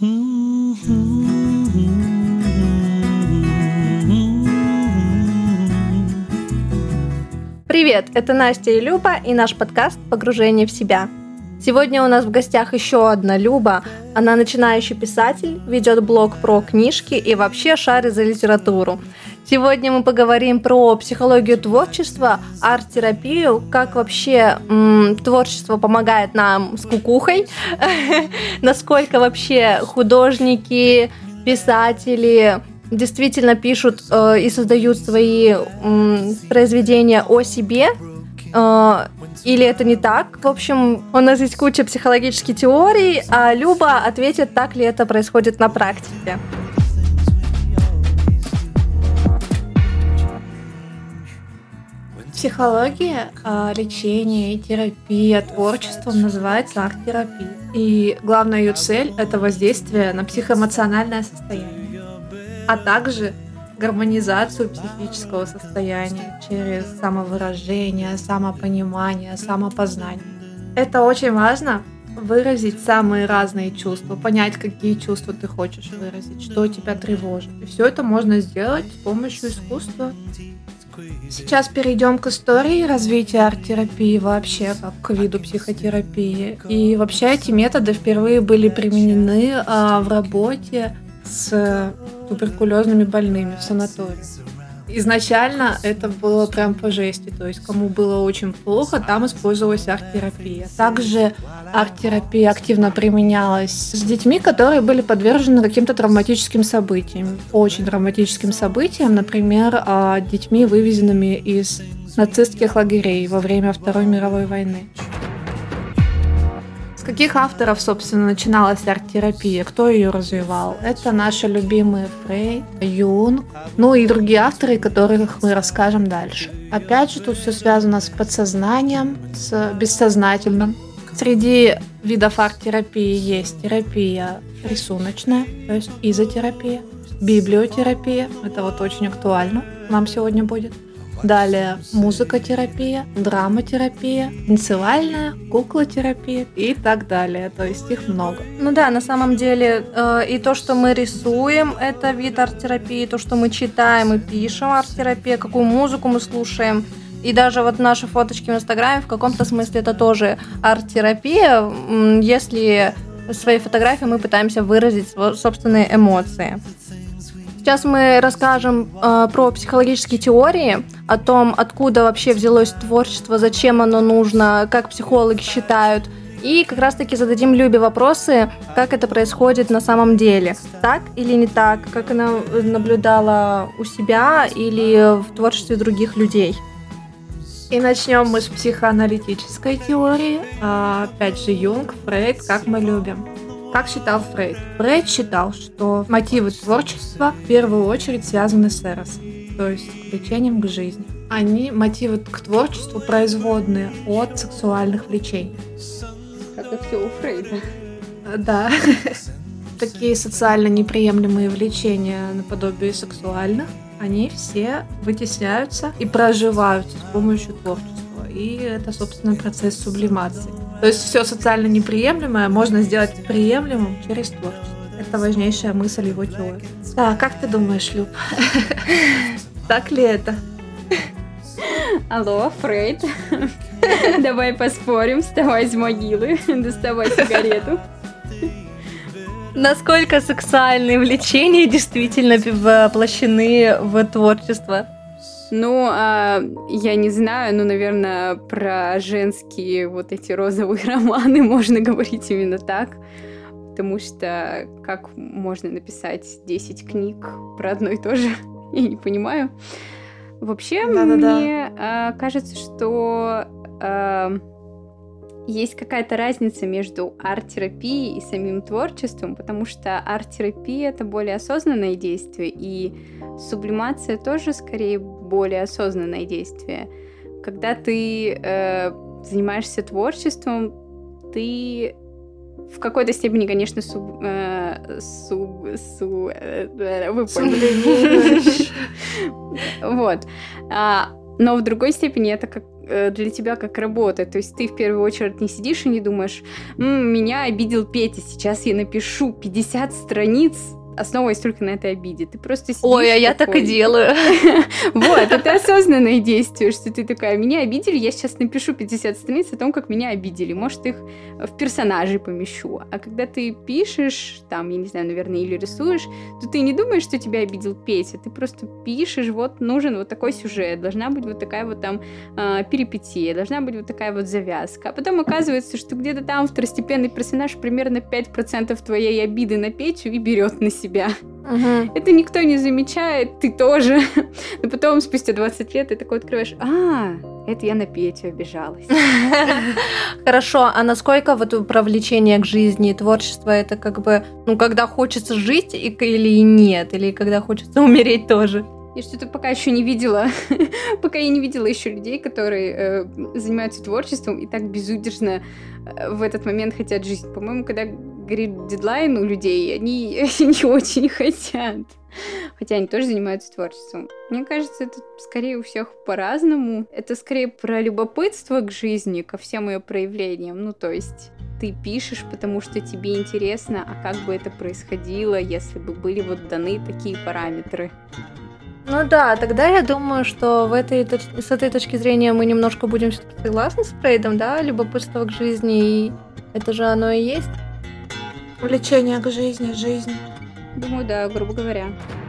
Привет, это Настя и Люба и наш подкаст «Погружение в себя». Сегодня у нас в гостях еще одна Люба. Она начинающий писатель, ведет блог про книжки и вообще шарит за литературу. Сегодня мы поговорим про психологию творчества, арт-терапию, как вообще творчество помогает нам с кукухой, насколько вообще художники, писатели действительно пишут и создают свои произведения о себе, или это не так. В общем, у нас есть куча психологических теорий, а Люба ответит, так ли это происходит на практике. Психология, лечение и терапия творчеством называется арт-терапия. И главная ее цель – это воздействие на психоэмоциональное состояние, а также гармонизацию психического состояния через самовыражение, самопонимание, самопознание. Это очень важно – выразить самые разные чувства, понять, какие чувства ты хочешь выразить, что тебя тревожит. И все это можно сделать с помощью искусства. Сейчас перейдем к истории развития арт-терапии вообще, как к виду психотерапии. И вообще эти методы впервые были применены в работе с туберкулезными больными в санатории. Изначально это было прям по жести, то есть кому было очень плохо, там использовалась арт-терапия. Также арт-терапия активно применялась с детьми, которые были подвержены каким-то травматическим событиям, очень травматическим событиям, например, детьми, вывезенными из нацистских лагерей во время Второй мировой войны. С каких авторов, собственно, начиналась арт-терапия? Кто ее развивал? Это наши любимые Фрейд, Юнг, ну и другие авторы, которых мы расскажем дальше. Опять же, тут все связано с подсознанием, с бессознательным. Среди видов арт-терапии есть терапия рисуночная, то есть изотерапия, библиотерапия, это вот очень актуально, нам сегодня будет. Далее музыкотерапия, драматерапия, танцевальная, куклотерапия и так далее. То есть их много. Ну да, на самом деле и то, что мы рисуем, это вид арт-терапии, то, что мы читаем и пишем, арт-терапия, какую музыку мы слушаем. И даже вот наши фоточки в Инстаграме в каком-то смысле это тоже арт-терапия, если в своей фотографии мы пытаемся выразить собственные эмоции. Сейчас мы расскажем про психологические теории, о том, откуда вообще взялось творчество, зачем оно нужно, как психологи считают. И как раз-таки зададим Любе вопросы, как это происходит на самом деле. Так или не так, как она наблюдала у себя или в творчестве других людей. И начнем мы с психоаналитической теории. Опять же, Юнг, Фрейд, как мы любим. Как считал Фрейд? Фрейд считал, что мотивы творчества в первую очередь связаны с эросом, то есть с влечением к жизни. Мотивы к творчеству производные от сексуальных влечений. Как и все у Фрейда. Да. Такие социально неприемлемые влечения наподобие сексуальных, они все вытесняются и проживаются с помощью творчества. И это, собственно, процесс сублимации. То есть все социально неприемлемое можно сделать приемлемым через творчество. Это важнейшая мысль его теории. Так, как ты думаешь, Люб? Так ли это? Алло, Фрейд. Давай поспорим, вставай из могилы, доставай сигарету. Насколько сексуальные влечения действительно воплощены в творчество? Ну, я не знаю, наверное, про женские вот эти розовые романы можно говорить именно так, потому что как можно написать 10 книг про одно и то же, я не понимаю. Вообще, мне кажется, что есть какая-то разница между арт-терапией и самим творчеством, потому что арт-терапия — это более осознанное действие, и сублимация тоже скорее более осознанное действие. Когда ты занимаешься творчеством, ты в какой-то степени, конечно, вы поняли. Вот. Но в другой степени это как для тебя как работа. То есть ты в первую очередь не сидишь и не думаешь, меня обидел Петя, сейчас я напишу 50 страниц, основываясь только на этой обиде. Ты просто сидишь. Ой, а я так и делаю. Вот, это осознанное действие, что ты такая, меня обидели, я сейчас напишу 50 страниц о том, как меня обидели. Может, их в персонажей помещу. А когда ты пишешь, там, я не знаю, наверное, или рисуешь, то ты не думаешь, что тебя обидел Петя. Ты просто пишешь, вот нужен вот такой сюжет, должна быть вот такая вот там перипетия, должна быть вот такая вот завязка. А потом оказывается, что где-то там второстепенный персонаж примерно 5% твоей обиды на Петю и берет на себя. Угу. Это никто не замечает, ты тоже. Но потом, спустя 20 лет, ты такой открываешь, это я на Петю обижалась. Хорошо, а насколько вот про влечение к жизни и творчество это как бы, когда хочется жить или нет, или когда хочется умереть тоже? Я что-то пока еще не видела, пока я не видела еще людей, которые занимаются творчеством и так безудержно в этот момент хотят жить. По-моему, когда горит дедлайн у людей, они не очень хотят. Хотя они тоже занимаются творчеством. Мне кажется, это скорее у всех по-разному. Это скорее про любопытство к жизни, ко всем ее проявлениям. То есть ты пишешь, потому что тебе интересно, а как бы это происходило, если бы были вот даны такие параметры. Ну да, тогда я думаю, что с этой точки зрения мы немножко будем все-таки согласны с Фрейдом, да, любопытство к жизни, и это же оно и есть. Влечение к жизни, жизнь. Думаю, да, грубо говоря.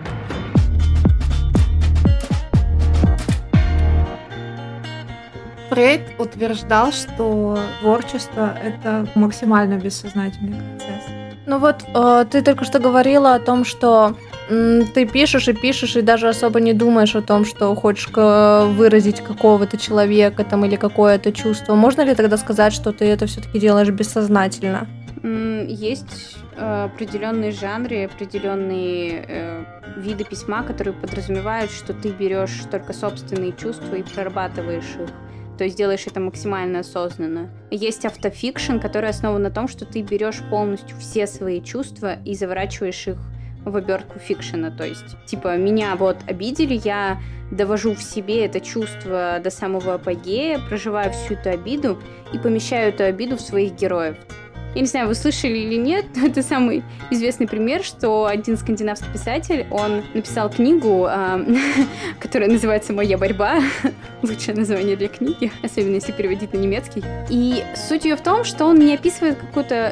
Фрейд утверждал, что творчество — это максимально бессознательный процесс. Ну вот, ты только что говорила о том, что ты пишешь, и даже особо не думаешь о том, что хочешь выразить какого-то человека там, или какое-то чувство. Можно ли тогда сказать, что ты это все-таки делаешь бессознательно? Есть определенные жанры, определенные виды письма, которые подразумевают, что ты берешь только собственные чувства и прорабатываешь их. То есть делаешь это максимально осознанно. Есть автофикшн, который основан на том, что ты берешь полностью все свои чувства и заворачиваешь их в обертку фикшена. То есть, меня вот обидели, я довожу в себе это чувство до самого апогея, проживаю всю эту обиду и помещаю эту обиду в своих героев. Я не знаю, вы слышали или нет, но это самый известный пример, что один скандинавский писатель, он написал книгу, которая называется «Моя борьба». Лучшее название для книги, особенно если переводить на немецкий. И суть ее в том, что он не описывает какие-то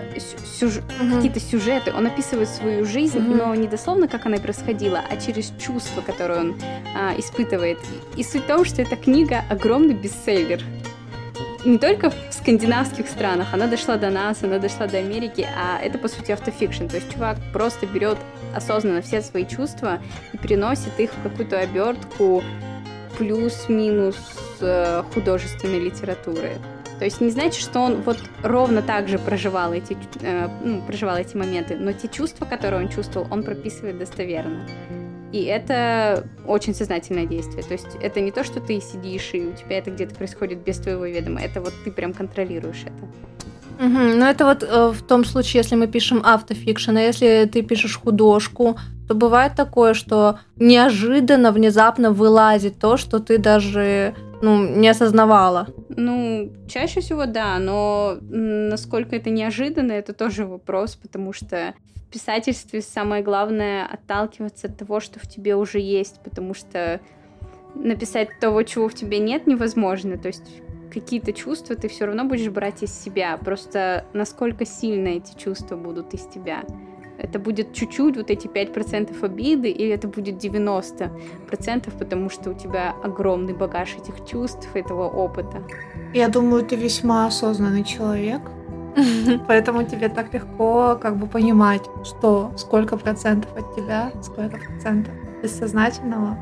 сюжеты, он описывает свою жизнь, но не дословно, как она происходила, а через чувства, которые он испытывает. И суть в том, что эта книга огромный бестселлер. Не только в скандинавских странах, она дошла до нас, она дошла до Америки, а это, по сути, автофикшн. То есть чувак просто берет осознанно все свои чувства и переносит их в какую-то обертку плюс-минус художественной литературы. То есть не значит, что он вот ровно так же проживал эти моменты, но те чувства, которые он чувствовал, он прописывает достоверно. И это очень сознательное действие. То есть это не то, что ты сидишь, и у тебя это где-то происходит без твоего ведома. Это вот ты прям контролируешь это. Ну это вот в том случае, если мы пишем автофикшн, а если ты пишешь художку, то бывает такое, что неожиданно, внезапно вылазит то, что ты даже не осознавала. Чаще всего да, но насколько это неожиданно, это тоже вопрос, потому что в писательстве самое главное отталкиваться от того, что в тебе уже есть, потому что написать того, чего в тебе нет, невозможно. То есть какие-то чувства ты все равно будешь брать из себя, просто насколько сильно эти чувства будут из тебя. Это будет чуть-чуть, вот эти 5% обиды, или это будет 90%, потому что у тебя огромный багаж этих чувств, этого опыта. Я думаю, ты весьма осознанный человек, поэтому тебе так легко понимать, что сколько процентов от тебя, сколько процентов бессознательного.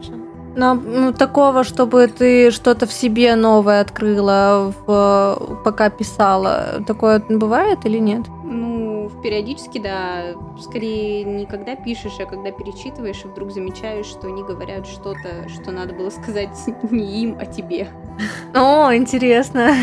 Но такого, чтобы ты что-то в себе новое открыла, пока писала, такое бывает или нет? Периодически, да. Скорее не когда пишешь, а когда перечитываешь, и вдруг замечаешь, что они говорят что-то, что надо было сказать не им, а тебе. О, интересно.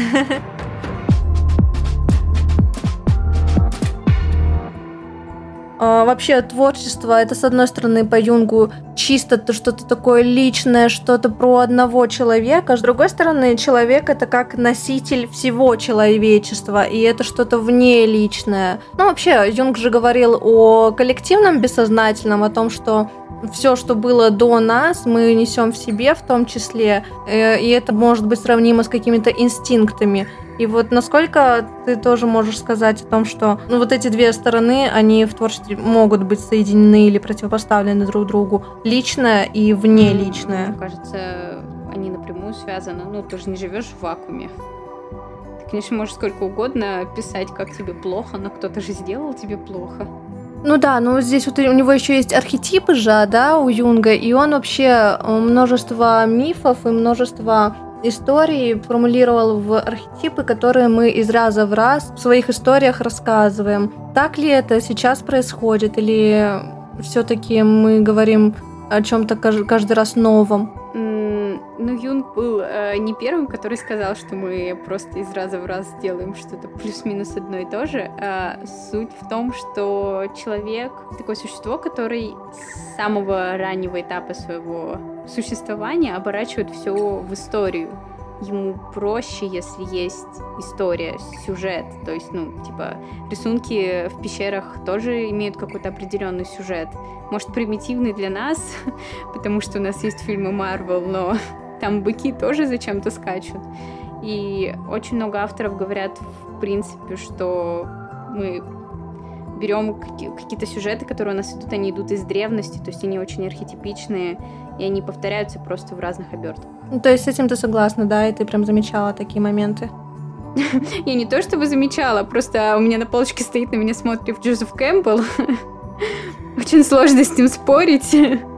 вообще творчество, это, с одной стороны, по Юнгу чисто что-то такое личное, что-то про одного человека, с другой стороны, человек — это как носитель всего человечества, и это что-то вне личное. Ну, вообще, Юнг же говорил о коллективном бессознательном, о том, что все, что было до нас, мы несем в себе в том числе, и это может быть сравнимо с какими-то инстинктами. И вот насколько ты тоже можешь сказать о том, что вот эти две стороны, они в творчестве могут быть соединены или противопоставлены друг другу, личное и внеличное? Мне кажется, они напрямую связаны. Ну, ты же не живешь в вакууме. Ты, конечно, можешь сколько угодно писать, как тебе плохо, но кто-то же сделал тебе плохо. Ну да, но здесь вот у него еще есть архетипы же, да, у Юнга, и он вообще множество мифов и множество историй формулировал в архетипы, которые мы из раза в раз в своих историях рассказываем. Так ли это сейчас происходит, или все-таки мы говорим о чем-то каждый раз новом? Ну, Юнг был не первым, который сказал, что мы просто из раза в раз делаем что-то плюс-минус одно и то же. Суть в том, что человек — такое существо, который с самого раннего этапа своего существования оборачивает все в историю. Ему проще, если есть история, сюжет. То есть, рисунки в пещерах тоже имеют какой-то определенный сюжет. Может, примитивный для нас, потому что у нас есть фильмы Marvel, но там быки тоже зачем-то скачут. И очень много авторов говорят, в принципе, что мы берем какие-то сюжеты, которые у нас идут, они идут из древности, то есть они очень архетипичные, и они повторяются просто в разных обертках. То есть с этим ты согласна, да? И ты прям замечала такие моменты? Я не то чтобы замечала, просто у меня на полочке стоит, на меня смотрит Джозеф Кэмпбелл. Очень сложно с ним спорить,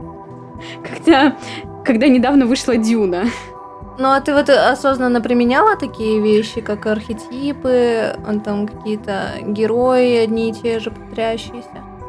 когда недавно вышла «Дюна». Ну, а ты вот осознанно применяла такие вещи, как архетипы, там какие-то герои одни и те же повторяющиеся?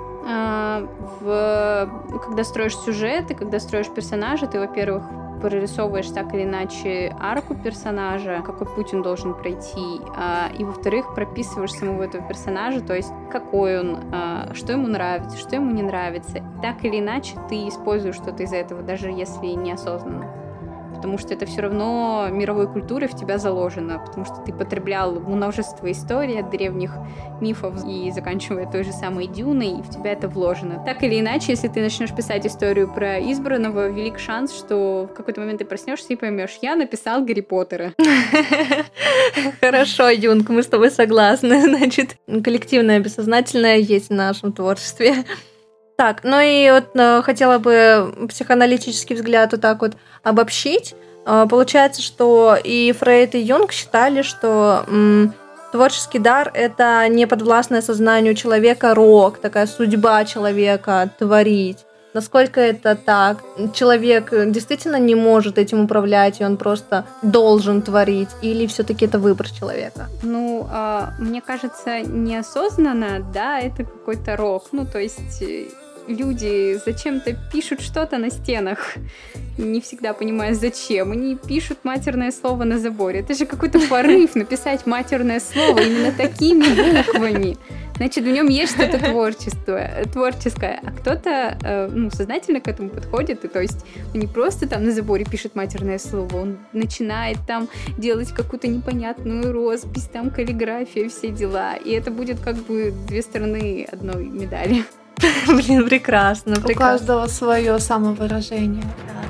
Когда строишь сюжеты, когда строишь персонажа, ты, во-первых, прорисовываешь так или иначе арку персонажа, какой путь он должен пройти, и, во-вторых, прописываешь самого этого персонажа, то есть какой он, что ему нравится, что ему не нравится. Так или иначе ты используешь что-то из этого, даже если неосознанно. Потому что это все равно мировой культурой в тебя заложено, потому что ты потреблял множество историй от древних мифов и заканчивая той же самой Дюной, и в тебя это вложено. Так или иначе, если ты начнешь писать историю про избранного, велик шанс, что в какой-то момент ты проснешься и поймешь: я написал Гарри Поттера. Хорошо, Юнг, мы с тобой согласны. Значит, коллективное бессознательное есть в нашем творчестве. Так, ну и вот хотела бы психоаналитический взгляд вот так вот обобщить. Получается, что и Фрейд, и Юнг считали, что творческий дар — это не подвластное сознанию человека рок, такая судьба человека творить. Насколько это так? Человек действительно не может этим управлять, и он просто должен творить? Или все-таки это выбор человека? Ну, мне кажется, неосознанно, да, это какой-то рок. Ну, то есть люди зачем-то пишут что-то на стенах, не всегда понимая, зачем. Они пишут матерное слово на заборе. Это же какой-то порыв написать матерное слово именно такими буквами. Значит, в нем есть что-то творческое. А кто-то сознательно к этому подходит. И то есть он не просто там на заборе пишет матерное слово, он начинает там делать какую-то непонятную роспись, там каллиграфия, все дела. И это будет как бы две стороны одной медали. Блин, прекрасно. У каждого свое самовыражение.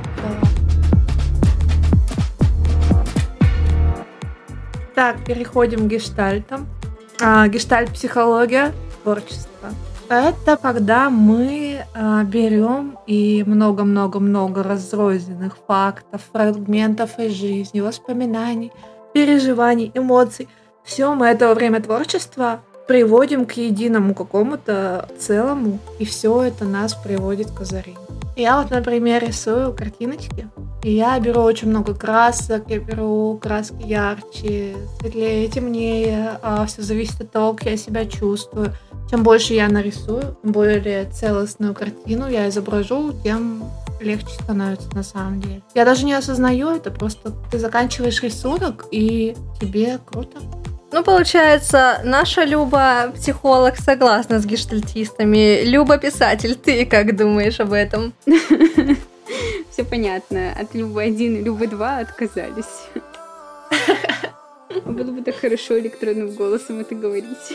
Так, переходим к гештальтам. Гештальт-психология, творчество. Это когда мы берем и много-много-много разрозненных фактов, фрагментов из жизни, воспоминаний, переживаний, эмоций. Все мы это во время творчества приводим к единому какому-то целому, и все это нас приводит к озарению. Я вот, например, рисую картиночки, и я беру очень много красок, я беру краски ярче, светлее, темнее, все зависит от того, как я себя чувствую. Чем больше я нарисую, более целостную картину я изображу, тем легче становится на самом деле. Я даже не осознаю это, просто ты заканчиваешь рисунок, и тебе круто. Ну, получается, наша Люба психолог согласна с гештальтистами. Люба писатель, ты как думаешь об этом? Все понятно. От Любы 1 и Любы 2 отказались. Было бы так хорошо электронным голосом это говорить.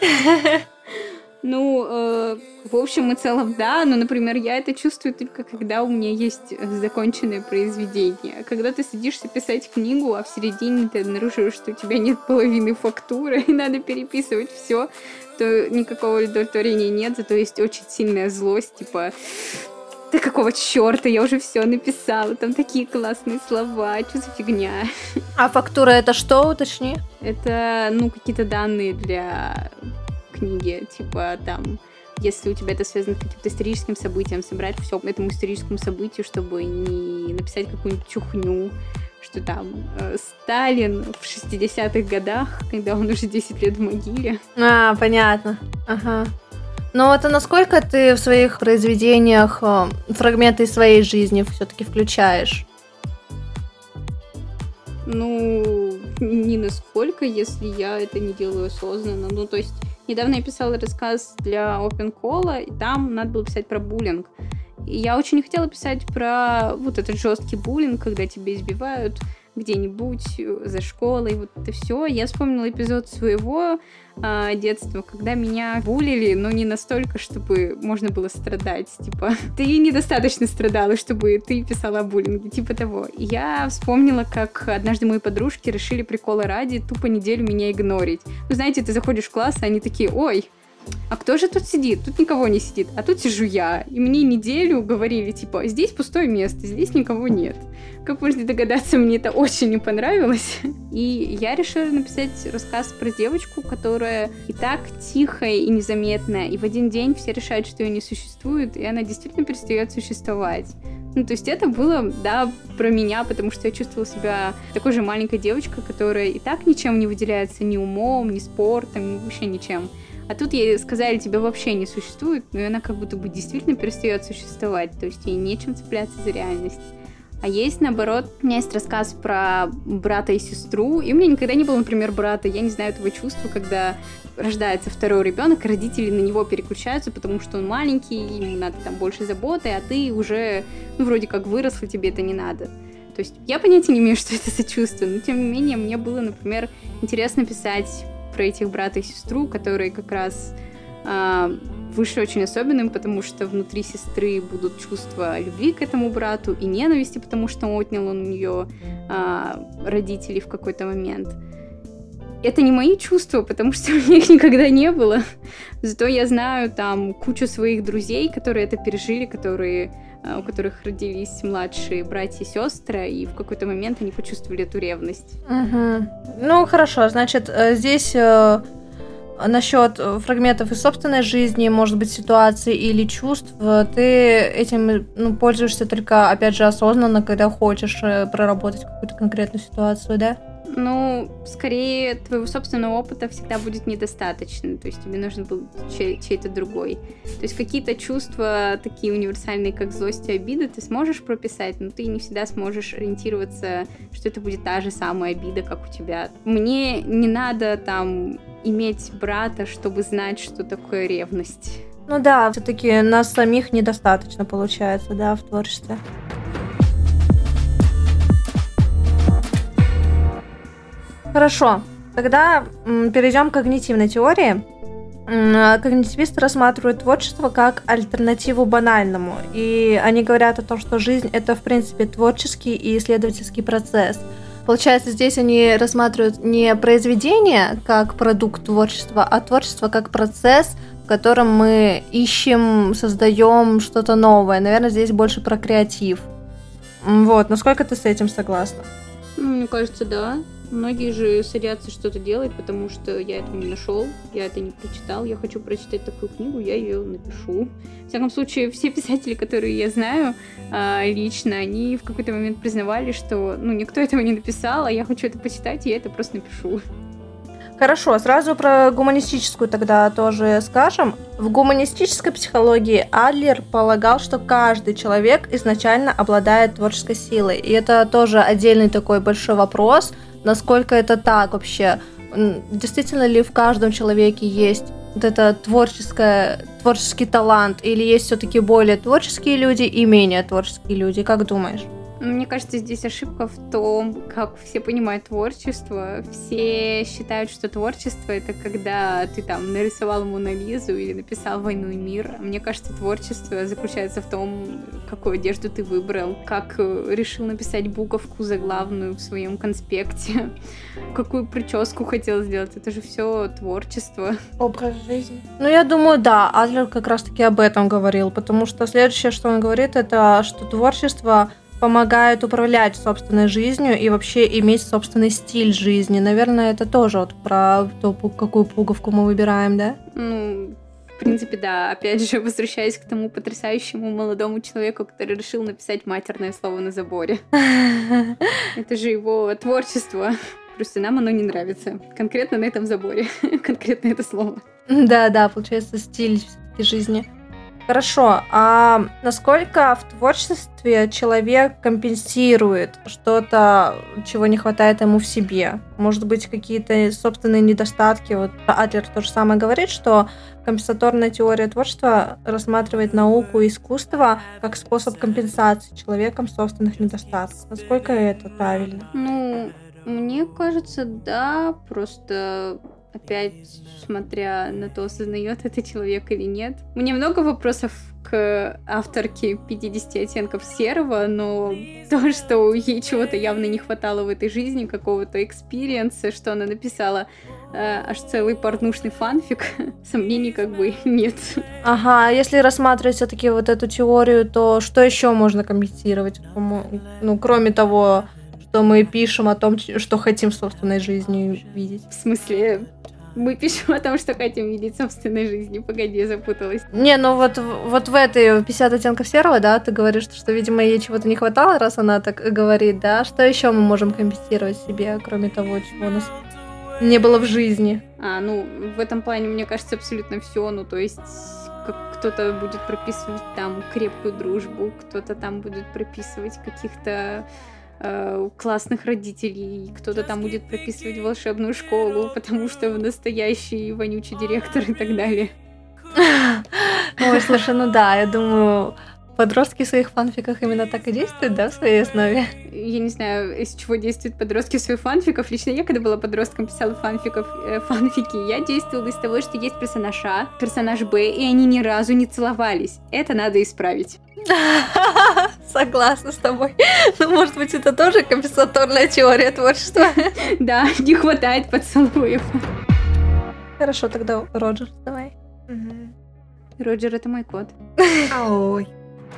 Ну, в общем и целом, да, но, например, я это чувствую только когда у меня есть законченное произведение. Когда ты садишься писать книгу, а в середине ты обнаруживаешь, что у тебя нет половины фактуры, и надо переписывать все, то никакого удовлетворения нет, зато есть очень сильная злость, типа... Да какого черта, я уже все написала, там такие классные слова, что за фигня? А фактура это что, уточни? Это, ну, какие-то данные для книги, типа там, если у тебя это связано с каким-то историческим событием, собрать все этому историческому событию, чтобы не написать какую-нибудь чухню, что там Сталин в 60-х годах, когда он уже 10 лет в могиле. А, понятно, ага. Но вот насколько ты в своих произведениях фрагменты из своей жизни все-таки включаешь? Ну, не насколько, если я это не делаю осознанно. Ну, то есть, недавно я писала рассказ для Open Call, и там надо было писать про буллинг. И я очень не хотела писать про вот этот жесткий буллинг, когда тебя избивают где-нибудь за школой, вот это все. Я вспомнила эпизод своего детства, когда меня буллили, но не настолько, чтобы можно было страдать. Типа, ты недостаточно страдала, чтобы ты писала о буллинге, типа того. И я вспомнила, как однажды мои подружки решили прикола ради тупо неделю меня игнорить. Ну, знаете, ты заходишь в класс, и они такие: ой, а кто же тут сидит? Тут никого не сидит, а тут сижу я. И мне неделю говорили, типа, здесь пустое место, здесь никого нет. Как можно догадаться, мне это очень не понравилось. И я решила написать рассказ про девочку, которая и так тихая и незаметная, и в один день все решают, что ее не существует, и она действительно перестает существовать. Ну, то есть это было, да, про меня, потому что я чувствовала себя такой же маленькой девочкой, которая и так ничем не выделяется, ни умом, ни спортом, ни вообще ничем. А тут ей сказали, тебя вообще не существует, но она как будто бы действительно перестает существовать, то есть ей нечем цепляться за реальность. А есть, наоборот, у меня есть рассказ про брата и сестру, и у меня никогда не было, например, брата, я не знаю этого чувства, когда рождается второй ребенок, и родители на него переключаются, потому что он маленький, ему надо там больше заботы, а ты уже, ну, вроде как выросла, тебе это не надо. То есть я понятия не имею, что это за чувство, но тем не менее мне было, например, интересно писать про этих брата и сестру, которые как раз вышли очень особенным, потому что внутри сестры будут чувства любви к этому брату и ненависти, потому что отнял он у нее родителей в какой-то момент. Это не мои чувства, потому что у меня их никогда не было. Зато я знаю там кучу своих друзей, которые это пережили, у которых родились младшие братья и сестры, и в какой-то момент они почувствовали эту ревность. Угу. Ну, хорошо, значит, здесь насчет фрагментов из собственной жизни, может быть, ситуации или чувств, ты этим пользуешься только, опять же, осознанно, когда хочешь проработать какую-то конкретную ситуацию, да? Ну, скорее, твоего собственного опыта всегда будет недостаточно, то есть тебе нужен был чей-то другой. То есть какие-то чувства такие универсальные, как злость и обида, ты сможешь прописать, но ты не всегда сможешь ориентироваться, что это будет та же самая обида, как у тебя. Мне не надо там иметь брата, чтобы знать, что такое ревность. Ну да, все-таки нас самих недостаточно получается, да, в творчестве. Хорошо, тогда перейдем к когнитивной теории. Когнитивисты рассматривают творчество как альтернативу банальному, и они говорят о том, что жизнь — это, в принципе, творческий и исследовательский процесс. Получается, здесь они рассматривают не произведение как продукт творчества, а творчество как процесс, в котором мы ищем, создаем что-то новое. Наверное, здесь больше про креатив. Вот, насколько ты с этим согласна? Мне кажется, да. Многие же садятся что-то делать, потому что я этого не нашел, я это не прочитал, я хочу прочитать такую книгу, я ее напишу. В всяком случае, все писатели, которые я знаю лично, они в какой-то момент признавали, что никто этого не написал, а я хочу это почитать, и я это просто напишу. Хорошо, сразу про гуманистическую тогда тоже скажем. В гуманистической психологии Адлер полагал, что каждый человек изначально обладает творческой силой. И это тоже отдельный такой большой вопрос, насколько это так вообще. Действительно ли в каждом человеке есть вот это творческий талант, или есть все-таки более творческие люди и менее творческие люди? Как думаешь? Мне кажется, здесь ошибка в том, как все понимают творчество. Все считают, что творчество — это когда ты там нарисовал Мону Лизу или написал «Войну и мир». Мне кажется, творчество заключается в том, какую одежду ты выбрал, как решил написать буковку заглавную в своем конспекте, какую прическу хотел сделать. Это же все творчество. Образ жизни. Я думаю, да, Адлер как раз-таки об этом говорил, потому что следующее, что он говорит, это что творчество помогает управлять собственной жизнью и вообще иметь собственный стиль жизни. Наверное, это тоже вот про то, какую пуговку мы выбираем, да? В принципе, да. Опять же, возвращаясь к тому потрясающему молодому человеку, который решил написать матерное слово на заборе. Это же его творчество. Просто нам оно не нравится. Конкретно на этом заборе. Конкретно это слово. Да, получается, стиль жизни. Хорошо, а насколько в творчестве человек компенсирует что-то, чего не хватает ему в себе? Может быть, какие-то собственные недостатки? Вот Адлер то же самое говорит, что компенсаторная теория творчества рассматривает науку и искусство как способ компенсации человеком собственных недостатков. Насколько это правильно? Мне кажется, да, просто... Опять, смотря на то, осознает это человек или нет. Мне много вопросов к авторке 50 оттенков серого, но то, что ей чего-то явно не хватало в этой жизни, какого-то экспириенса, что она написала аж целый порнушный фанфик, сомнений как бы нет. Ага, если рассматривать все-таки вот эту теорию, то что еще можно компенсировать? Кроме того, что мы пишем о том, что хотим в собственной жизни видеть. В смысле, мы пишем о том, что хотим видеть в собственной жизни. Погоди, я запуталась. Вот в этой 50 оттенков серого, да, ты говоришь, что, видимо, ей чего-то не хватало, раз она так говорит, да? Что еще мы можем компенсировать себе, кроме того, чего у нас не было в жизни? В этом плане, мне кажется, абсолютно все. То есть, кто-то будет прописывать там крепкую дружбу, кто-то там будет прописывать каких-то классных родителей, кто-то там будет прописывать волшебную школу, потому что настоящий вонючий директор и так далее. Ой, слушай, я думаю, подростки в своих фанфиках именно так и действуют, да, в своей основе? Я не знаю, из чего действуют подростки в своих фанфиках. Лично я, когда была подростком, писала фанфики. Я действовала из того, что есть персонаж А, персонаж Б, и они ни разу не целовались. Это надо исправить. Согласна с тобой. Может быть, это тоже компенсаторная теория творчества? Да, не хватает поцелуев. Хорошо, тогда Роджер, давай. Роджер — это мой кот. Ой.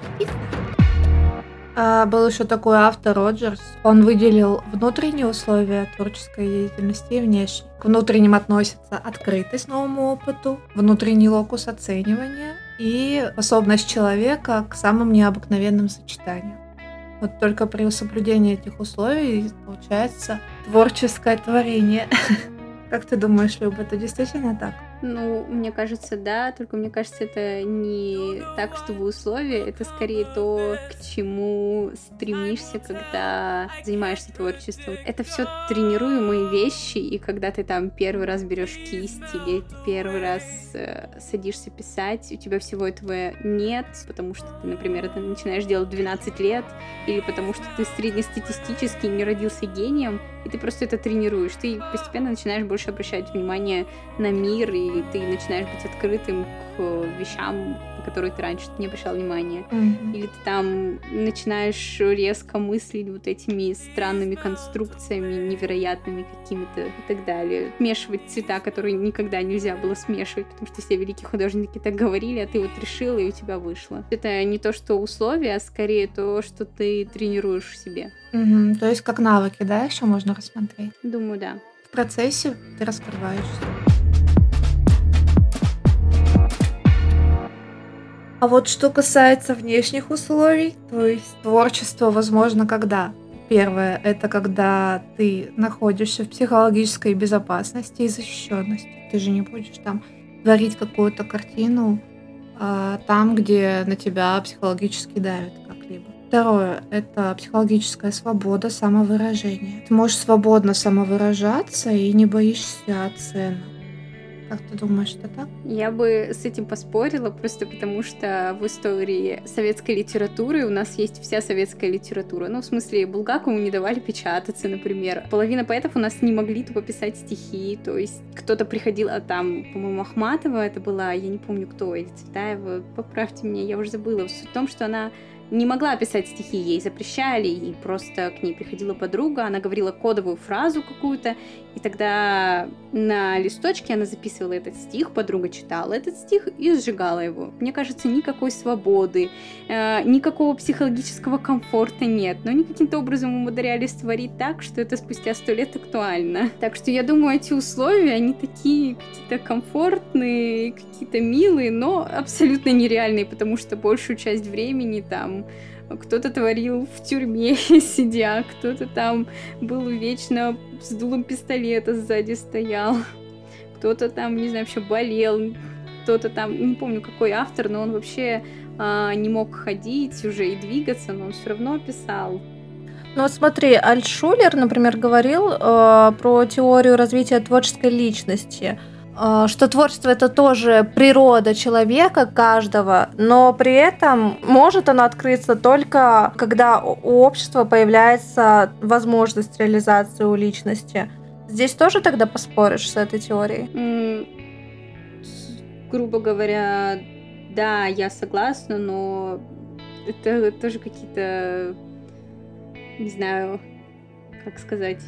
Был еще такой автор Роджерс. Он выделил внутренние условия творческой деятельности и внешние. К внутренним относятся открытость новому опыту, внутренний локус оценивания и способность человека к самым необыкновенным сочетаниям. Вот только при соблюдении этих условий получается творческое творение. Как ты думаешь, Люба, это действительно так? Мне кажется, да, только мне кажется, это не так, чтобы условия, это скорее то, к чему стремишься, когда занимаешься творчеством. Это все тренируемые вещи, и когда ты там первый раз берешь кисть или первый раз садишься писать, у тебя всего этого нет, потому что ты, например, это начинаешь делать в 12 лет, или потому что ты среднестатистически не родился гением, и ты просто это тренируешь. Ты постепенно начинаешь больше обращать внимание на мир, и ты начинаешь быть открытым к вещам, на которые ты раньше не обращал внимания. Или ты там начинаешь резко мыслить вот этими странными конструкциями, невероятными какими-то и так далее. Смешивать цвета, которые никогда нельзя было смешивать, потому что все великие художники так говорили, а ты вот решила, и у тебя вышло. Это не то, что условия, а скорее то, что ты тренируешь в себе. То есть как навыки, да, еще можно рассмотреть? Думаю, да. В процессе ты раскрываешься. А вот что касается внешних условий, то есть творчество возможно когда? Первое, это когда ты находишься в психологической безопасности и защищенности. Ты же не будешь там творить какую-то картину там, где на тебя психологически давят как-либо. Второе — это психологическая свобода самовыражения. Ты можешь свободно самовыражаться и не боишься оценок. Как ты думаешь, это так? Я бы с этим поспорила, просто потому что в истории советской литературы у нас есть вся советская литература. Ну, в смысле, Булгакову не давали печататься, например. Половина поэтов у нас не могли тупо писать стихи, то есть кто-то приходил, а там, по-моему, Ахматова это была, я не помню кто, или Цветаева, поправьте меня, я уже забыла. Суть в том, что она не могла писать стихи, ей запрещали, и просто к ней приходила подруга, она говорила кодовую фразу какую-то, и тогда на листочке она записывала этот стих, подруга читала этот стих и сжигала его. Мне кажется, никакой свободы, никакого психологического комфорта нет, но они каким-то образом умудрялись творить так, что это спустя 100 лет актуально. Так что я думаю, эти условия, они такие какие-то комфортные, какие-то милые, но абсолютно нереальные, потому что большую часть времени там кто-то творил в тюрьме, сидя, кто-то там был вечно с дулом пистолета сзади стоял, кто-то там, не знаю, вообще болел, кто-то там, не помню, какой автор, но он вообще не мог ходить уже и двигаться, но он все равно писал. Ну вот смотри, Альтшулер, например, говорил про теорию развития творческой личности, что творчество — это тоже природа человека, каждого, но при этом может оно открыться только, когда у общества появляется возможность реализации у личности. Здесь тоже тогда поспоришь с этой теорией? Грубо говоря, да, я согласна, но это тоже какие-то, не знаю, как сказать...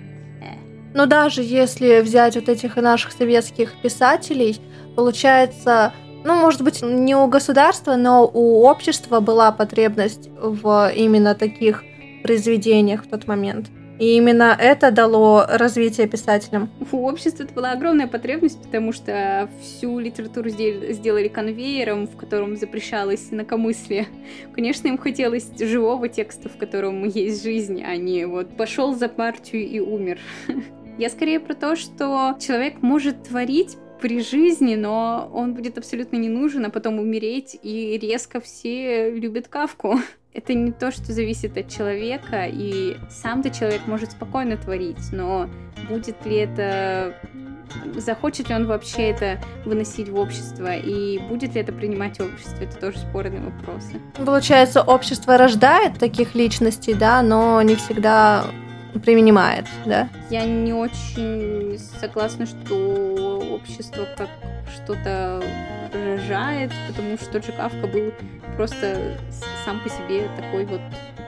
Но даже если взять вот этих наших советских писателей, получается, ну, может быть, не у государства, но у общества была потребность в именно таких произведениях в тот момент. И именно это дало развитие писателям. У общества это была огромная потребность, потому что всю литературу сделали конвейером, в котором запрещалось инакомыслие. Конечно, им хотелось живого текста, в котором есть жизнь, а не вот пошел за партию и умер. Я скорее про то, что человек может творить при жизни, но он будет абсолютно не нужен, а потом умереть, и резко все любят Кафку. Это не то, что зависит от человека, и сам-то человек может спокойно творить, но будет ли это... Захочет ли он вообще это выносить в общество, и будет ли это принимать общество, это тоже спорные вопросы. Получается, общество рождает таких личностей, да, но не всегда принимает, да? Я не очень согласна, что общество как что-то рожает, потому что тот же Кафка был просто сам по себе такой вот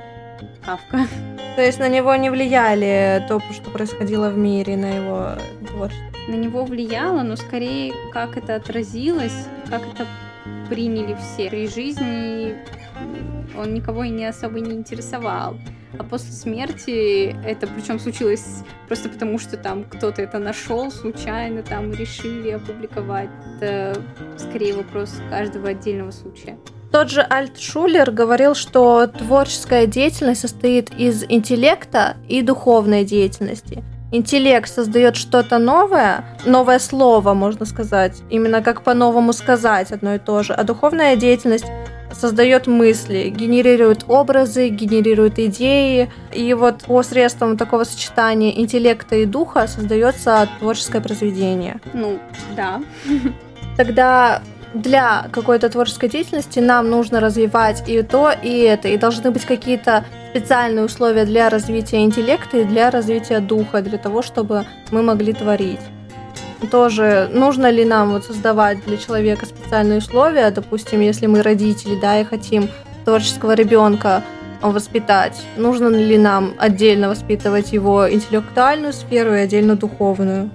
Кафка. То есть на него не влияли то, что происходило в мире, на его творчество? На него влияло, но скорее как это отразилось, как это приняли все. При жизни он никого и не особо не интересовал. А после смерти это причем случилось просто потому, что там кто-то это нашел случайно, там решили опубликовать. Это скорее вопрос каждого отдельного случая. Тот же Альтшулер говорил, что творческая деятельность состоит из интеллекта и духовной деятельности. Интеллект создает что-то новое, новое слово, можно сказать, именно как по-новому сказать одно и то же, а духовная деятельность создает мысли, генерирует образы, генерирует идеи, и вот посредством такого сочетания интеллекта и духа создается творческое произведение. Ну, да. Тогда для какой-то творческой деятельности нам нужно развивать и то, и это, и должны быть какие-то специальные условия для развития интеллекта и для развития духа, для того, чтобы мы могли творить. Тоже нужно ли нам вот создавать для человека специальные условия, допустим, если мы родители, да, и хотим творческого ребенка воспитать, нужно ли нам отдельно воспитывать его интеллектуальную сферу и отдельно духовную?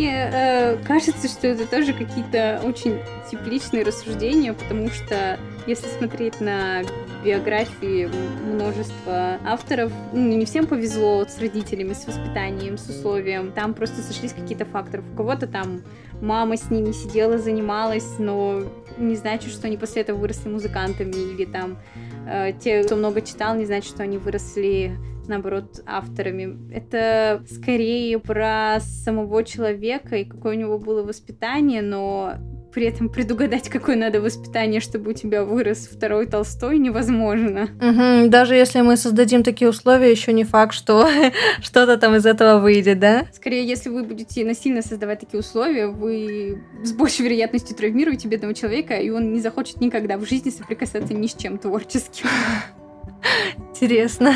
Мне кажется, что это тоже какие-то очень тепличные рассуждения, потому что если смотреть на биографии множества авторов, не всем повезло с родителями, с воспитанием, с условием. Там просто сошлись какие-то факторы. У кого-то там мама с ними сидела, занималась, но не значит, что они после этого выросли музыкантами, или там те, кто много читал, не значит, что они выросли, наоборот, авторами. Это скорее про самого человека и какое у него было воспитание, но при этом предугадать, какое надо воспитание, чтобы у тебя вырос второй Толстой, невозможно. Угу. Даже если мы создадим такие условия, еще не факт, что что-то там из этого выйдет, да? Скорее, если вы будете насильно создавать такие условия, вы с большей вероятностью травмируете бедного человека, и он не захочет никогда в жизни соприкасаться ни с чем творческим. Интересно.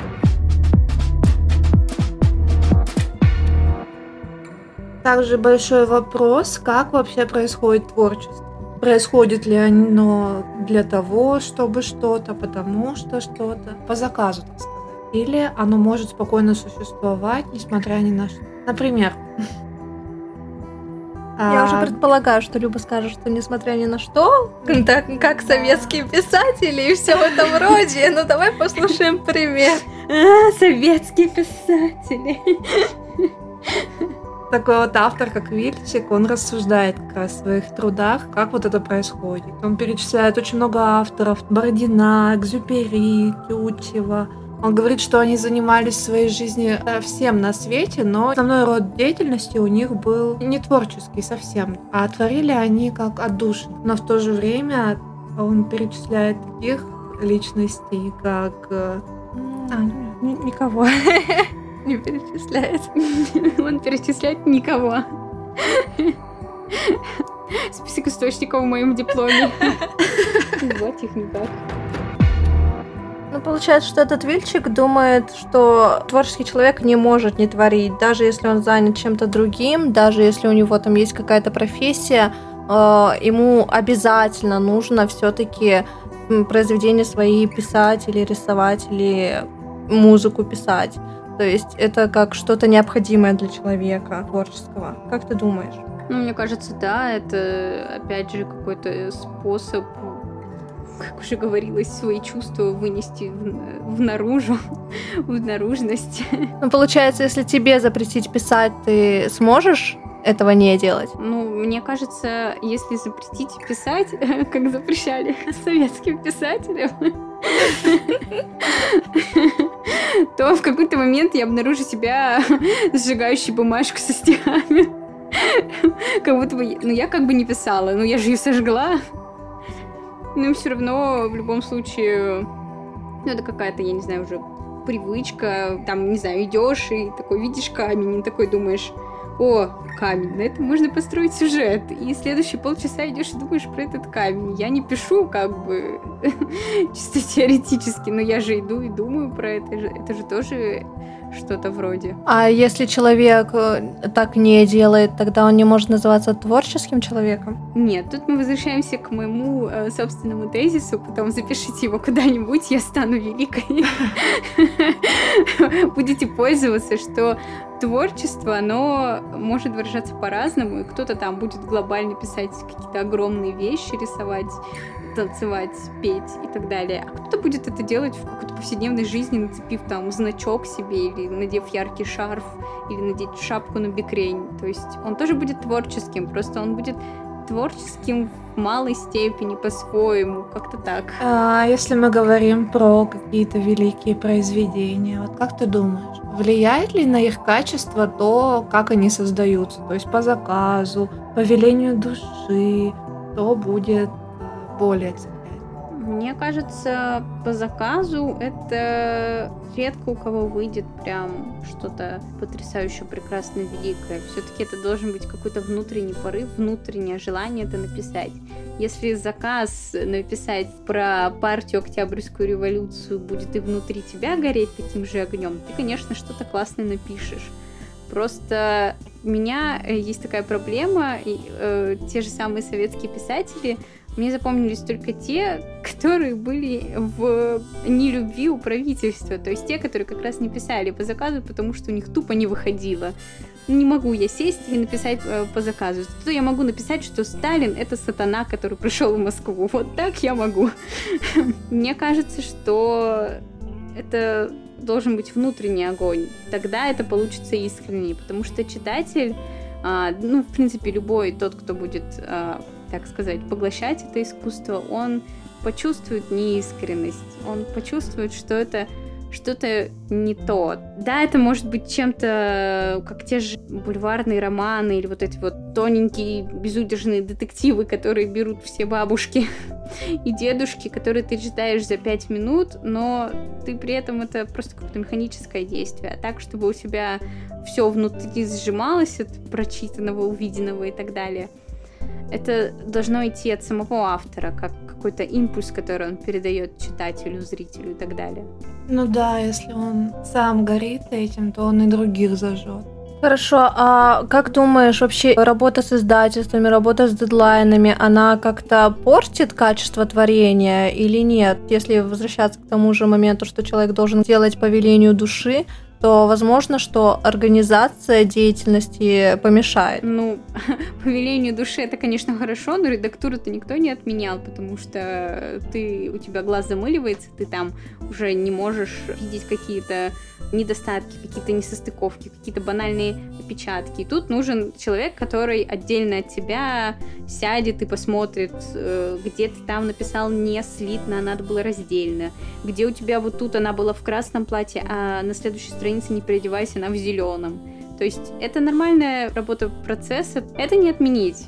Также большой вопрос, как вообще происходит творчество. Происходит ли оно для того, чтобы что-то, потому что что-то, по заказу, так сказать. Или оно может спокойно существовать, несмотря ни на что. Например. Я уже предполагаю, что Люба скажет, что несмотря ни на что, так как советские писатели и все в этом роде. Ну давай послушаем пример. Советские писатели. Такой вот автор, как Вильчик, он рассуждает как раз в своих трудах, как вот это происходит. Он перечисляет очень много авторов: Бородина, Экзюпери, Тютчева. Он говорит, что они занимались в своей жизни всем на свете, но основной род деятельности у них был не творческий совсем, а творили они как от души. Но в то же время он перечисляет таких личностей, как... Никого не перечисляет. Он перечисляет никого. Список источников в моем дипломе. Вот их никак. Ну, получается, что этот Вильчик думает, что творческий человек не может не творить, даже если он занят чем-то другим, даже если у него там есть какая-то профессия, ему обязательно нужно все-таки произведения свои писать или рисовать, или музыку писать. То есть это как что-то необходимое для человека творческого. Как ты думаешь? Ну, мне кажется, да, это, опять же, какой-то способ, как уже говорилось, свои чувства вынести в наружу, в наружность. Ну, получается, если тебе запретить писать, ты сможешь этого не делать? Ну, мне кажется, если запретить писать, как запрещали советским писателям, то в какой-то момент я обнаружу себя сжигающей бумажку со стихами. Как будто бы... Ну, я как бы не писала, но я же ее сожгла. Но все равно, в любом случае, ну, это какая-то, я не знаю, уже привычка. Там, не знаю, идешь и такой видишь камень, и такой думаешь: о, камень, на этом можно построить сюжет. И следующие полчаса идешь и думаешь про этот камень. Я не пишу, как бы, чисто теоретически, но я же иду и думаю про это. Это же тоже что-то вроде. А если человек так не делает, тогда он не может называться творческим человеком? Нет, тут мы возвращаемся к моему собственному тезису, потом запишите его куда-нибудь, я стану великой. Будете пользоваться, что творчество, оно может выражаться по-разному, и кто-то там будет глобально писать какие-то огромные вещи, рисовать, танцевать, петь и так далее. А кто-то будет это делать в какой-то повседневной жизни, нацепив там значок себе, или надев яркий шарф, или надеть шапку на бикрень. То есть он тоже будет творческим, просто он будет творческим в малой степени по-своему, как-то так. А если мы говорим про какие-то великие произведения, вот как ты думаешь, влияет ли на их качество то, как они создаются? То есть по заказу, по велению души, то будет более цеплять? Мне кажется, по заказу это редко у кого выйдет прям что-то потрясающе прекрасно великое. Все-таки это должен быть какой-то внутренний порыв, внутреннее желание это написать. Если заказ написать про партию Октябрьскую революцию будет и внутри тебя гореть таким же огнем, ты, конечно, что-то классное напишешь. Просто у меня есть такая проблема, и, те же самые советские писатели, мне запомнились только те, которые были в нелюбви у правительства. То есть те, которые как раз не писали по заказу, потому что у них тупо не выходило. Не могу я сесть и написать по заказу. Зато я могу написать, что Сталин — это сатана, который пришел в Москву. Вот так я могу. Мне кажется, что это должен быть внутренний огонь. Тогда это получится искренне, потому что читатель, ну, в принципе, любой тот, кто будет, так сказать, поглощать это искусство, он почувствует неискренность, он почувствует, что это что-то не то. Да, это может быть чем-то, как те же бульварные романы или вот эти вот тоненькие, безудержные детективы, которые берут все бабушки и дедушки, которые ты читаешь за 5 минут, но ты при этом это просто какое-то механическое действие. А так, чтобы у тебя все внутри сжималось от прочитанного, увиденного и так далее. Это должно идти от самого автора, как какой-то импульс, который он передает читателю, зрителю и так далее. Ну да, если он сам горит этим, то он и других зажжет. Хорошо, а как думаешь, вообще работа с издательствами, работа с дедлайнами, она как-то портит качество творения или нет? Если возвращаться к тому же моменту, что человек должен делать по велению души, то возможно, что организация деятельности помешает. Ну, по велению души это, конечно, хорошо, но редактуру-то никто не отменял, потому что у тебя глаз замыливается, ты там уже не можешь видеть какие-то недостатки, какие-то несостыковки, какие-то банальные опечатки. И тут нужен человек, который отдельно от тебя сядет и посмотрит, где ты там написал не слитно, а надо было раздельно, где у тебя вот тут она была в красном платье, а на следующей странице не переодевайся, она в зеленом. То есть это нормальная работа процесса, это не отменить.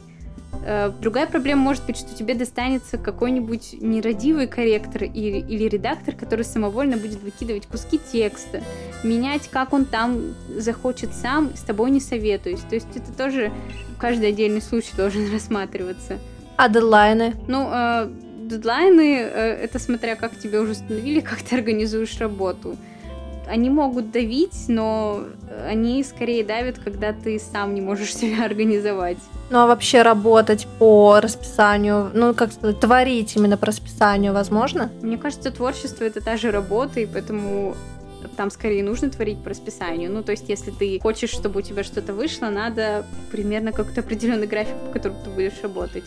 Другая проблема может быть, что тебе достанется какой-нибудь нерадивый корректор или редактор, который самовольно будет выкидывать куски текста, менять, как он там захочет сам, с тобой не советуюсь. То есть это тоже каждый отдельный случай должен рассматриваться. А дедлайны? Ну, дедлайны, это смотря как тебе уже установили, как ты организуешь работу. Они могут давить, но они скорее давят, когда ты сам не можешь себя организовать. Ну а вообще работать по расписанию, ну как сказать, творить именно по расписанию возможно? Мне кажется, творчество — это та же работа, и поэтому там скорее нужно творить по расписанию. Ну, то есть, если ты хочешь, чтобы у тебя что-то вышло, надо примерно какой-то определенный график, по которому ты будешь работать.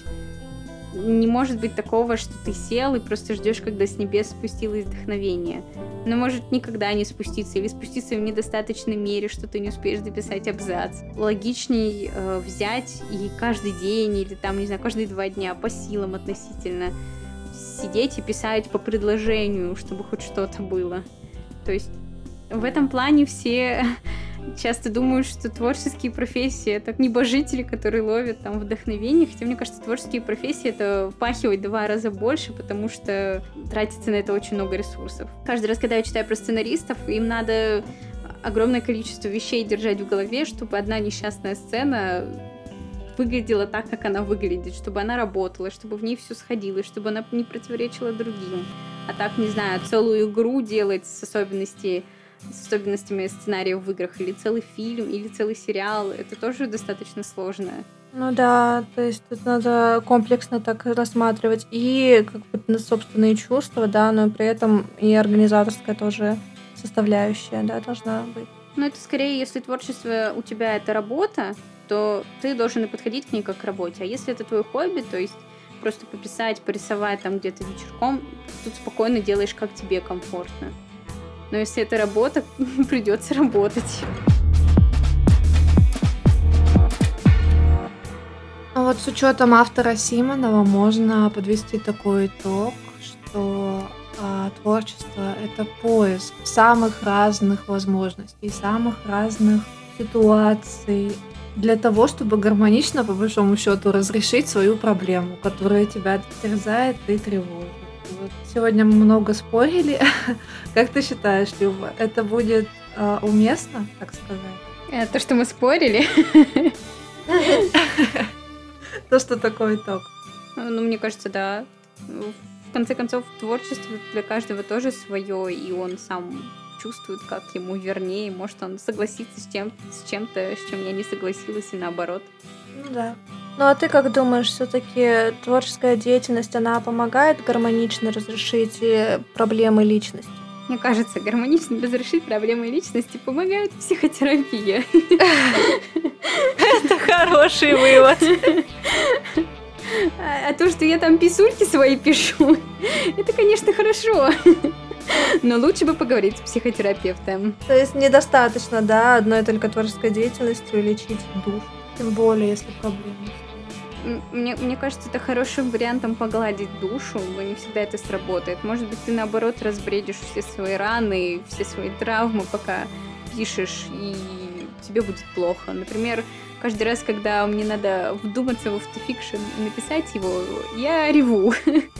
Не может быть такого, что ты сел и просто ждешь, когда с небес спустилось вдохновение. Оно может никогда не спуститься или спуститься в недостаточной мере, что ты не успеешь дописать абзац. Логичней взять и каждый день или там, не знаю, каждые 2 дня по силам относительно сидеть и писать по предложению, чтобы хоть что-то было. То есть в этом плане все часто думают, что творческие профессии — это небожители, которые ловят там вдохновение, хотя, мне кажется, творческие профессии — это впахивать 2 раза больше, потому что тратится на это очень много ресурсов. Каждый раз, когда я читаю про сценаристов, им надо огромное количество вещей держать в голове, чтобы одна несчастная сцена выглядела так, как она выглядит, чтобы она работала, чтобы в ней все сходилось, чтобы она не противоречила другим. А так, не знаю, целую игру делать с особенностями сценариев в играх, или целый фильм, или целый сериал, это тоже достаточно сложно. Ну да, то есть тут надо комплексно так рассматривать и как бы собственные чувства, да, но при этом и организаторская тоже составляющая, да, должна быть. Ну это скорее, если творчество у тебя это работа, то ты должен и подходить к ней как к работе, а если это твое хобби, то есть просто пописать, порисовать там где-то вечерком, тут спокойно делаешь, как тебе комфортно. Но если это работа, придется работать. А вот с учетом автора Симонова можно подвести такой итог, что творчество — это поиск самых разных возможностей, самых разных ситуаций для того, чтобы гармонично, по большому счету, разрешить свою проблему, которая тебя терзает и тревожит. Вот сегодня мы много спорили. Как ты считаешь, Люба, это будет уместно, так сказать? То, что мы спорили? То, что такой итог. Ну, мне кажется, да. В конце концов, творчество для каждого тоже свое, и он сам чувствует, как ему вернее. Может, он согласится с чем-то, с чем я не согласилась, и наоборот. Ну да. Ну а ты как думаешь, все-таки творческая деятельность, она помогает гармонично разрешить проблемы личности? Мне кажется, гармонично разрешить проблемы личности помогает психотерапия. Это хороший вывод. А то, что я там писульки свои пишу, это, конечно, хорошо. Но лучше бы поговорить с психотерапевтом. То есть недостаточно, да, одной только творческой деятельностью лечить душу. Тем более, если проблемы. Мне кажется, это хорошим вариантом погладить душу, но не всегда это сработает. Может быть, ты, наоборот, разбредишь все свои раны, все свои травмы, пока пишешь, и тебе будет плохо. Например, каждый раз, когда мне надо вдуматься в автофикшн и написать его, я реву.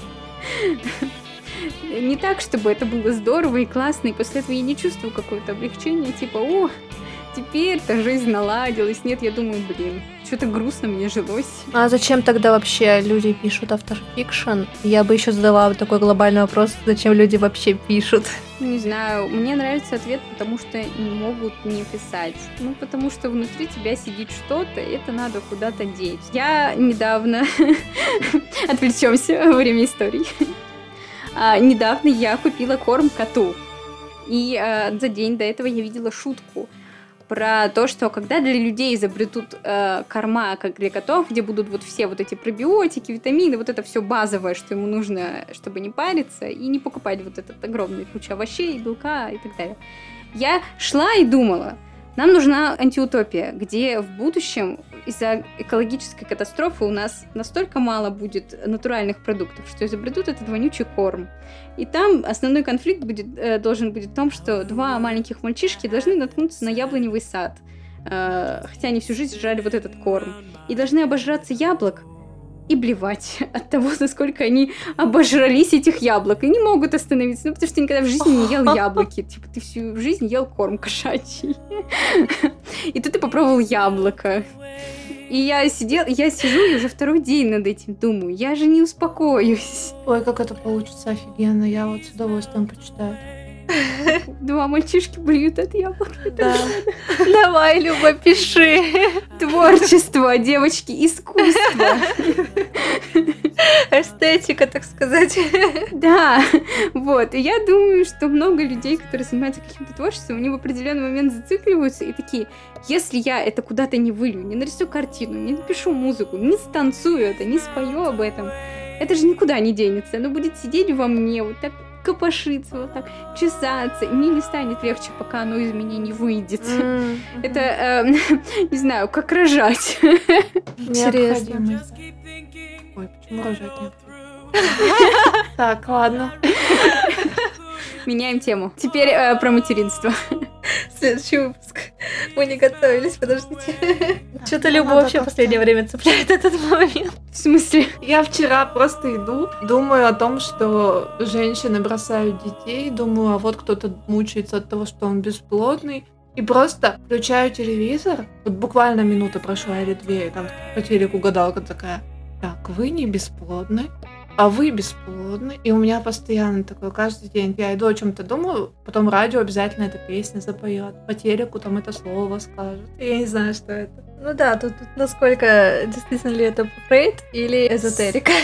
Не так, чтобы это было здорово и классно, и после этого я не чувствую какое-то облегчение, типа, о, теперь-то жизнь наладилась. Нет, я думаю, что-то грустно мне жилось. А зачем тогда вообще люди пишут автофикшн? Я бы еще задала такой глобальный вопрос, зачем люди вообще пишут? Не знаю, мне нравится ответ, потому что не могут не писать. Ну, потому что внутри тебя сидит что-то, и это надо куда-то деть. Я недавно... Отвлечемся во время истории. Недавно я купила корм коту. И за день до этого я видела шутку про то, что когда для людей изобретут корма, как для котов, где будут вот все вот эти пробиотики, витамины, вот это все базовое, что ему нужно, чтобы не париться и не покупать вот этот огромный куча овощей, белка и так далее. Я шла и думала, нам нужна антиутопия, где в будущем из-за экологической катастрофы у нас настолько мало будет натуральных продуктов, что изобретут этот вонючий корм. И там основной конфликт должен быть в том, что два маленьких мальчишки должны наткнуться на яблоневый сад, хотя они всю жизнь жрали вот этот корм, и должны обожраться яблок и блевать от того, насколько они обожрались этих яблок, и не могут остановиться, потому что никогда в жизни не ел яблоки. Типа, ты всю жизнь ел корм кошачий. И тут ты попробовал яблоко. И я сижу и уже второй день над этим думаю, я же не успокоюсь. Ой, как это получится офигенно, я вот с удовольствием почитаю. Два мальчишки блюют от яблок. Да. Давай, Люба, пиши. Творчество, девочки, искусство. Эстетика, так сказать. Да, вот. И я думаю, что много людей, которые занимаются каким-то творчеством, они в определенный момент зацикливаются и такие, если я это куда-то не вылью, не нарисую картину, не напишу музыку, не станцую это, не спою об этом, это же никуда не денется. Оно будет сидеть во мне вот так, копошиться, вот так, чесаться, и мне не станет легче, пока оно из меня не выйдет. Это, не знаю, как рожать. Интересно. Ой, почему рожать нет? Так, ладно. Меняем тему. Теперь про материнство. Следующий выпуск. Мы не готовились, подождите. Что-то Люба вообще в последнее время цепляет этот момент. В смысле? Я вчера просто иду, думаю о том, что женщины бросают детей, думаю, а вот кто-то мучается от того, что он бесплодный, и просто включаю телевизор, вот буквально минута прошла или две, и там по телеку гадалка такая, так, вы не бесплодны, а вы бесплодны. И у меня постоянно такое, каждый день я иду о чем-то думаю, потом радио обязательно эта песня запоет, по телеку там это слово скажут. Я не знаю, что это. Ну да, тут насколько действительно ли это Фрейд или эзотерика.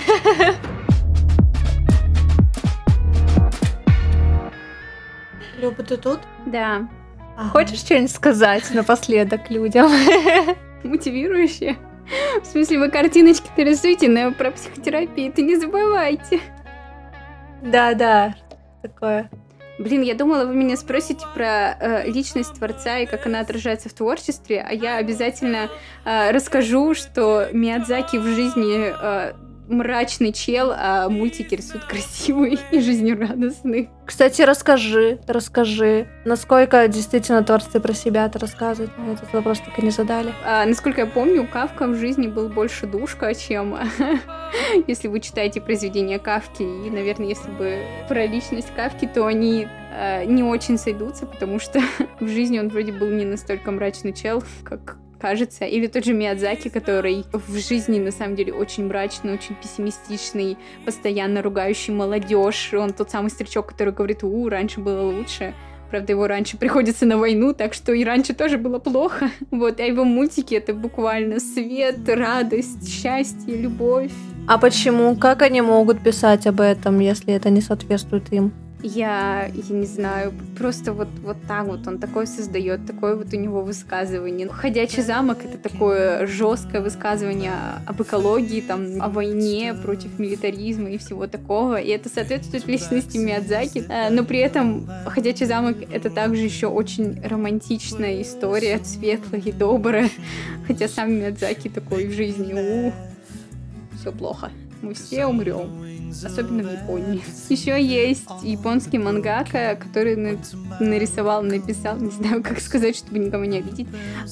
Люба, ты тут? Да. Хочешь что-нибудь сказать напоследок людям? Мотивирующее. В смысле, вы картиночки-то рисуете, но про психотерапию ты не забывайте. Да, такое. Блин, я думала, вы меня спросите про личность творца и как она отражается в творчестве, а я обязательно расскажу, что Миядзаки в жизни мрачный чел, а мультики рисуют красивые и жизнерадостные. Кстати, расскажи, насколько действительно творцы про себя-то рассказывают. Мы этот вопрос так и не задали. Насколько я помню, Кафка в жизни был больше душка, чем если вы читаете произведения Кафки. И, наверное, если бы про личность Кафки, то они не очень сойдутся, потому что в жизни он вроде был не настолько мрачный чел, как кажется. Или тот же Миядзаки, который в жизни на самом деле очень мрачный, очень пессимистичный, постоянно ругающий молодежь. Он тот самый старичок, который говорит, раньше было лучше. Правда, его раньше приходится на войну, так что и раньше тоже было плохо. Вот, а его мультики — это буквально свет, радость, счастье, любовь. А почему? Как они могут писать об этом, если это не соответствует им? Я не знаю, просто вот так вот он такой создает, такое вот у него высказывание. «Ходячий замок» — это такое жесткое высказывание об экологии, там, о войне против милитаризма и всего такого, и это соответствует личности Миядзаки, но при этом «Ходячий замок» — это также еще очень романтичная история, светлая и добрая, хотя сам Миядзаки такой в жизни, все плохо. Мы все умрем. Особенно в Японии. Еще есть японский мангака, который написал, не знаю, как сказать, чтобы никого не обидеть,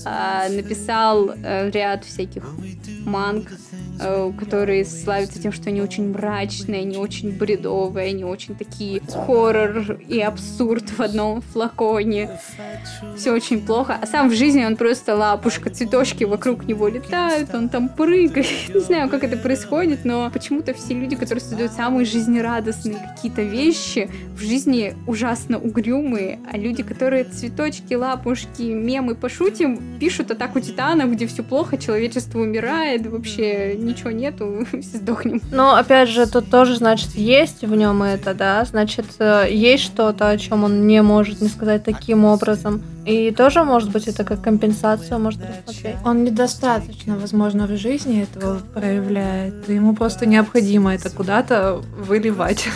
написал ряд всяких манг, которые славятся тем, что они очень мрачные, они очень бредовые, они очень такие хоррор и абсурд в одном флаконе. Все очень плохо. А сам в жизни он просто лапушка, цветочки вокруг него летают, он там прыгает. Не знаю, как это происходит, но почему-то все люди, которые создают самые жизнерадостные какие-то вещи, в жизни ужасно угрюмые, а люди, которые цветочки, лапушки, мемы пошутим, пишут «Атаку титанов», где все плохо, человечество умирает, вообще ничего нету, все сдохнем. Но, опять же, тут тоже, значит, есть в нем это, да, значит, есть что-то, о чем он не может не сказать таким образом. И тоже, может быть, это как компенсацию может рассмотреть. Он недостаточно, возможно, в жизни этого проявляет. Ему просто необходимо это куда-то выливать.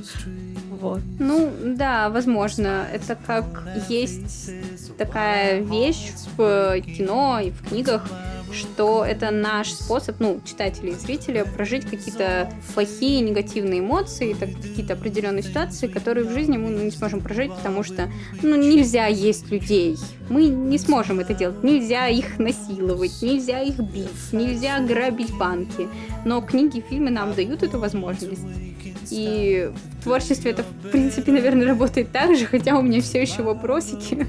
Вот. Ну, да, возможно. Это как есть такая вещь в кино и в книгах, что это наш способ, читателей и зрителей, прожить какие-то плохие, негативные эмоции, какие-то определенные ситуации, которые в жизни мы не сможем прожить, потому что, нельзя есть людей. Мы не сможем это делать. Нельзя их насиловать, нельзя их бить, нельзя грабить банки. Но книги и фильмы нам дают эту возможность. И в творчестве это, в принципе, наверное, работает так же, хотя у меня все еще вопросики.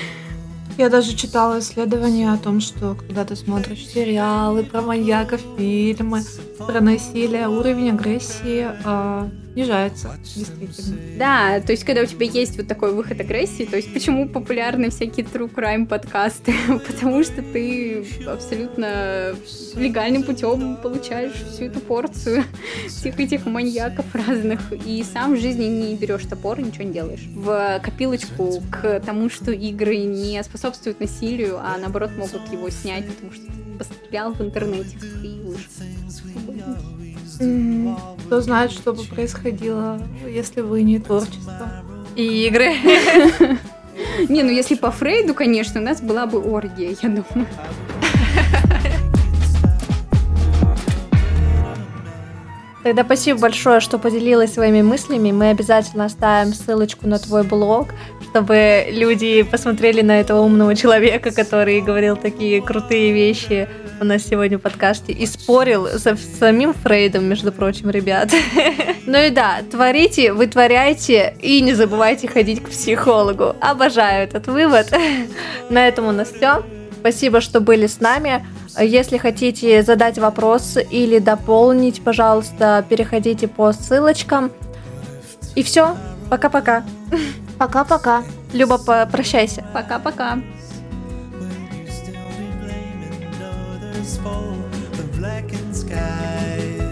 Я даже читала исследования о том, что когда ты смотришь сериалы про маньяков, фильмы про насилие, уровень агрессии снижается, действительно. Да, то есть когда у тебя есть вот такой выход агрессии, то есть почему популярны всякие true crime подкасты? Потому что ты абсолютно легальным путем получаешь всю эту порцию всех этих маньяков разных, и сам в жизни не берешь топор и ничего не делаешь. В копилочку к тому, что игры не способствуют насилию, а наоборот могут его снять, потому что ты пострелял в интернете и вышел. Кто знает, что бы происходило, если бы не творчество и игры. Не, если по Фрейду, конечно, у нас была бы оргия, я думаю. Тогда спасибо большое, что поделилась своими мыслями. Мы обязательно оставим ссылочку на твой блог, чтобы люди посмотрели на этого умного человека, который говорил такие крутые вещи у нас сегодня в подкасте и спорил с самим Фрейдом, между прочим, ребят. Ну и да, творите, вытворяйте и не забывайте ходить к психологу. Обожаю этот вывод. На этом у нас все. Спасибо, что были с нами. Если хотите задать вопрос или дополнить, пожалуйста, переходите по ссылочкам. И все. Пока-пока. Пока-пока. Люба, прощайся. Пока-пока. The blackened sky.